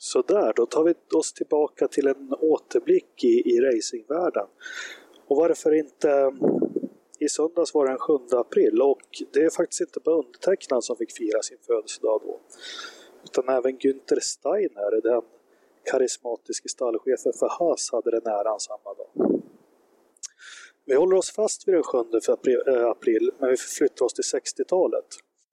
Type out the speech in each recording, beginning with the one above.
Så där, då tar vi oss tillbaka till en återblick i racingvärlden. Och varför inte... I söndags var det den 7 april och det är faktiskt inte bara undertecknad som fick fira sin födelsedag då. Utan även Günther Steiner, den karismatiska stallchefen för Haas, hade den äran samma dag. Vi håller oss fast vid den 7 april, men vi förflyttar oss till 60-talet.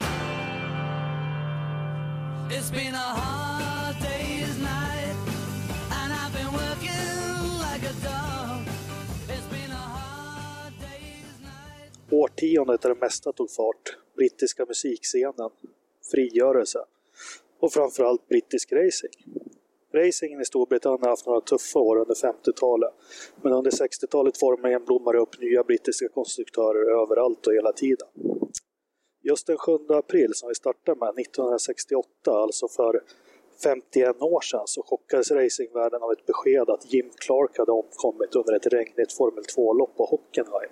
It's been a hard day's night and I've been working like a dog. It's been a hard day's night. Årtiondet där det mesta tog fart. Brittiska musikscenen, frigörelse och framförallt brittisk racing. Racingen i Storbritannien har haft några tuffa år under 50-talet, men under 60-talet formligen blommar upp nya brittiska konstruktörer överallt och hela tiden. Just den 7 april som vi startade med 1968, alltså för 51 år sedan, så chockades racingvärlden av ett besked att Jim Clark hade omkommit under ett regnigt Formel 2-lopp på Hockenheim.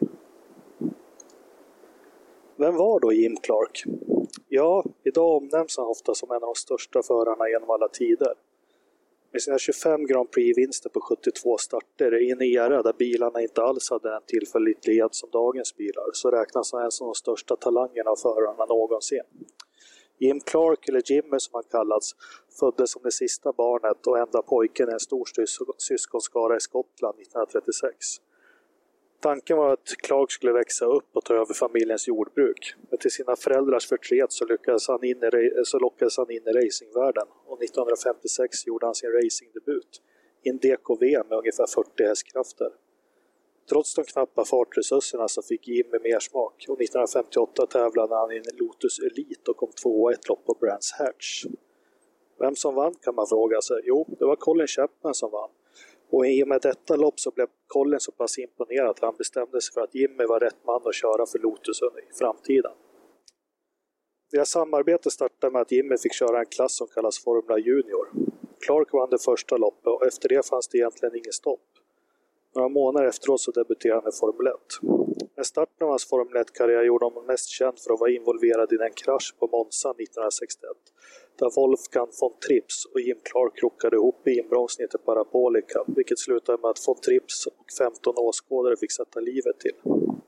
Vem var då Jim Clark? Ja, idag omnämns han ofta som en av de största förarna genom alla tider. Med sina 25 Grand Prix-vinster på 72 starter i en era där bilarna inte alls hade den tillförlitlighet som dagens bilar, så räknas han som de största talangerna av förarna någonsin. Jim Clark, eller Jimmy som han kallats, föddes som det sista barnet och enda pojken i en stor syskonskara i Skottland 1936. Tanken var att Clark skulle växa upp och ta över familjens jordbruk. Men till sina föräldrars förtret så lockades han in i racingvärlden. Och 1956 gjorde han sin racingdebut i en DKV med ungefär 40 hästkrafter. Trots de knappa fartresurserna så fick Jimmy mer smak. Och 1958 tävlade han i en Lotus Elite och kom 2 i ett lopp på Brands Hatch. Vem som vann kan man fråga sig. Jo, det var Colin Chapman som vann. Och i och med detta lopp så blev Colin så pass imponerad att han bestämde sig för att Jimmy var rätt man att köra för Lotus i framtiden. Deras samarbete startade med att Jimmy fick köra en klass som kallas Formula Junior. Clark vann det första loppet och efter det fanns det egentligen ingen stopp. Några månader efteråt så debuterade han i Formel 1. Med starten av hans Formel 1-karriär gjorde honom mest känd för att vara involverad i en krasch på Monza 1961. Där Wolfgang von Trips och Jim Clark krockade ihop i inbromsningen till Parabolica, vilket slutade med att von Trips och 15 åskådare fick sätta livet till.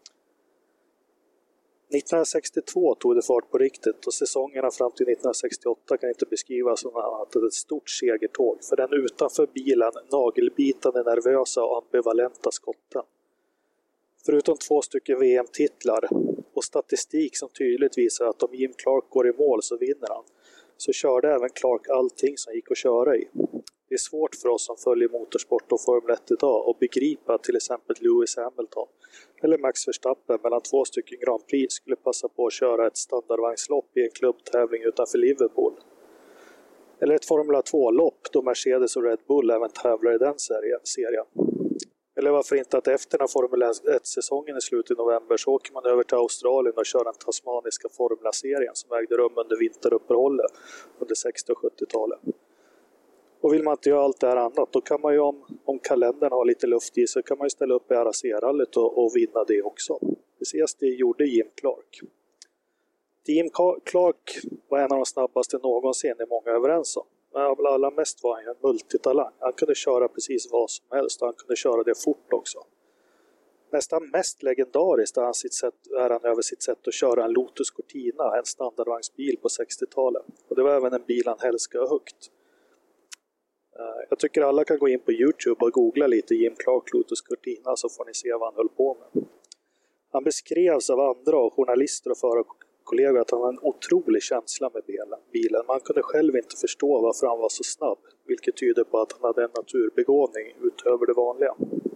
1962 tog det fart på riktigt och säsongerna fram till 1968 kan inte beskrivas som annat än ett stort segertåg för den utanför bilen nagelbitande, nervösa och ambivalenta skotten. Förutom 2 stycken VM-titlar och statistik som tydligt visar att om Jim Clark går i mål så vinner han, så körde även Clark allting som gick att köra i. Det är svårt för oss som följer motorsport och Formel 1 idag att begripa att till exempel Lewis Hamilton eller Max Verstappen mellan 2 stycken Grand Prix skulle passa på att köra ett standardvagnslopp i en klubbtävling utanför Liverpool. Eller ett Formula 2-lopp då Mercedes och Red Bull även tävlar i den serien. Eller varför inte att efter när Formel 1-säsongen är slut i november så åker man över till Australien och kör den tasmaniska Formula-serien som ägde rum under vinteruppehållet under 60- och 70-talet. Och vill man inte göra allt det här annat, då kan man ju om kalendern har lite luft i så kan man ju ställa upp i RAC-rallyt och vinna det också. Precis det gjorde Jim Clark. Jim Clark var en av de snabbaste någonsin, är många överens om. Men allra mest var han en multitalang. Han kunde köra precis vad som helst och han kunde köra det fort också. Nästan mest legendariskt är han över sitt sätt att köra en Lotus Cortina, en standardvagnsbil på 60-talet. Och det var även en bil han älskade högt. Jag tycker alla kan gå in på YouTube och googla lite Jim Clark Lotus Cortina så får ni se vad han höll på med. Han beskrevs av andra och journalister och förarkollegor att han hade en otrolig känsla med bilen. Man kunde själv inte förstå varför han var så snabb, vilket tyder på att han hade en naturbegåvning utöver det vanliga.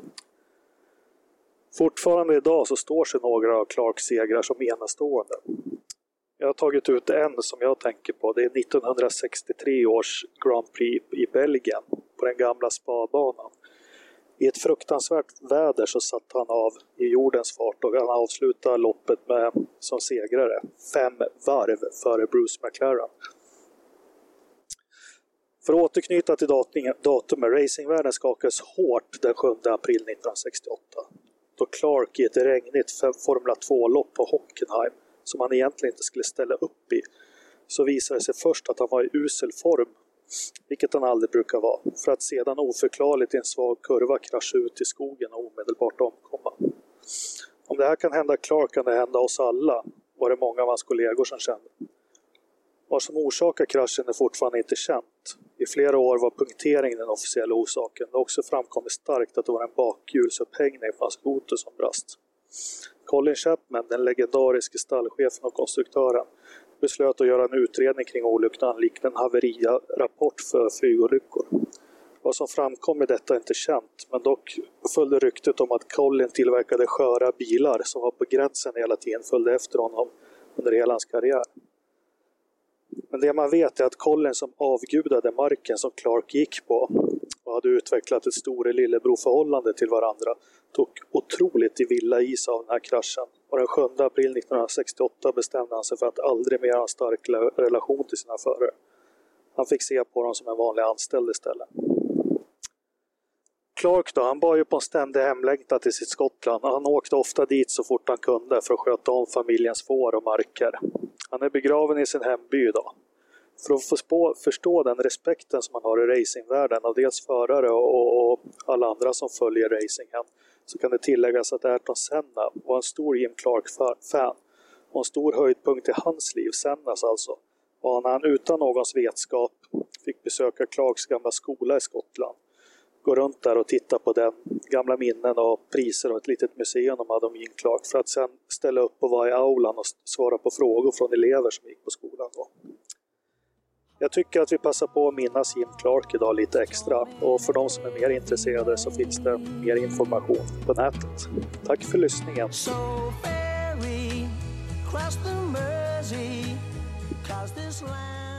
Fortfarande idag så står sig några av Clarks segrar som enastående. Jag har tagit ut en som jag tänker på. Det är 1963 års Grand Prix i Belgien på den gamla spabanan. I ett fruktansvärt väder så satt han av i jordens fart och han avslutade loppet som segrare 5 varv före Bruce McLaren. För att återknyta till datumet, racingvärlden skakades hårt den 7 april 1968. Då Clark i ett regnigt Formula 2-lopp på Hockenheim som han egentligen inte skulle ställa upp i, så visade det sig först att han var i usel form vilket han aldrig brukar vara, för att sedan oförklarligt i en svag kurva krascha ut i skogen och omedelbart omkomma. Om det här kan hända Clark kan det hända oss alla, var det många av hans kollegor som kände. Vad som orsakar kraschen är fortfarande inte känt. I flera år var punktering den officiella orsaken. Det också framkommit starkt att det var en bakhjulsupphängning på hans skoter som brast. Colin Chapman, den legendariske stallchefen och konstruktören, beslöt att göra en utredning kring olyckan likt en haverirapport för flygolyckor. Vad som framkom i detta är inte känt, men dock följde ryktet om att Colin tillverkade sköra bilar som var på gränsen hela tiden följde efter honom under hela hans karriär. Men det man vet är att Colin, som avgudade marken som Clark gick på och hade utvecklat ett stor lillebror-förhållande till varandra, tog otroligt i villa is av den här kraschen. Och den 7 april 1968 bestämde han sig för att aldrig mer ha en stark relation till sina förare. Han fick se på dem som en vanlig anställd istället. Clark då, han bar ju på en ständig hemlängtan till sitt Skottland. Han åkte ofta dit så fort han kunde för att sköta om familjens får och marker. Han är begraven i sin hemby idag. För att förstå den respekten som man har i racingvärlden av dels förare och alla andra som följer racingen, så kan det tilläggas att Ayrton Senna var en stor Jim Clark-fan. Och en stor höjdpunkt i hans liv, Sennas alltså, var när han utan någons vetskap fick besöka Clarks gamla skola i Skottland. Gå runt där och titta på den, gamla minnen och priser och ett litet museum de hade om Jim Clark, för att sen ställa upp och vara i aulan och svara på frågor från elever som gick på skolan då. Jag tycker att vi passar på att minnas Jim Clark idag lite extra, och för de som är mer intresserade så finns det mer information på nätet. Tack för lyssningen! So ferry, cross the Mersey, 'cause this land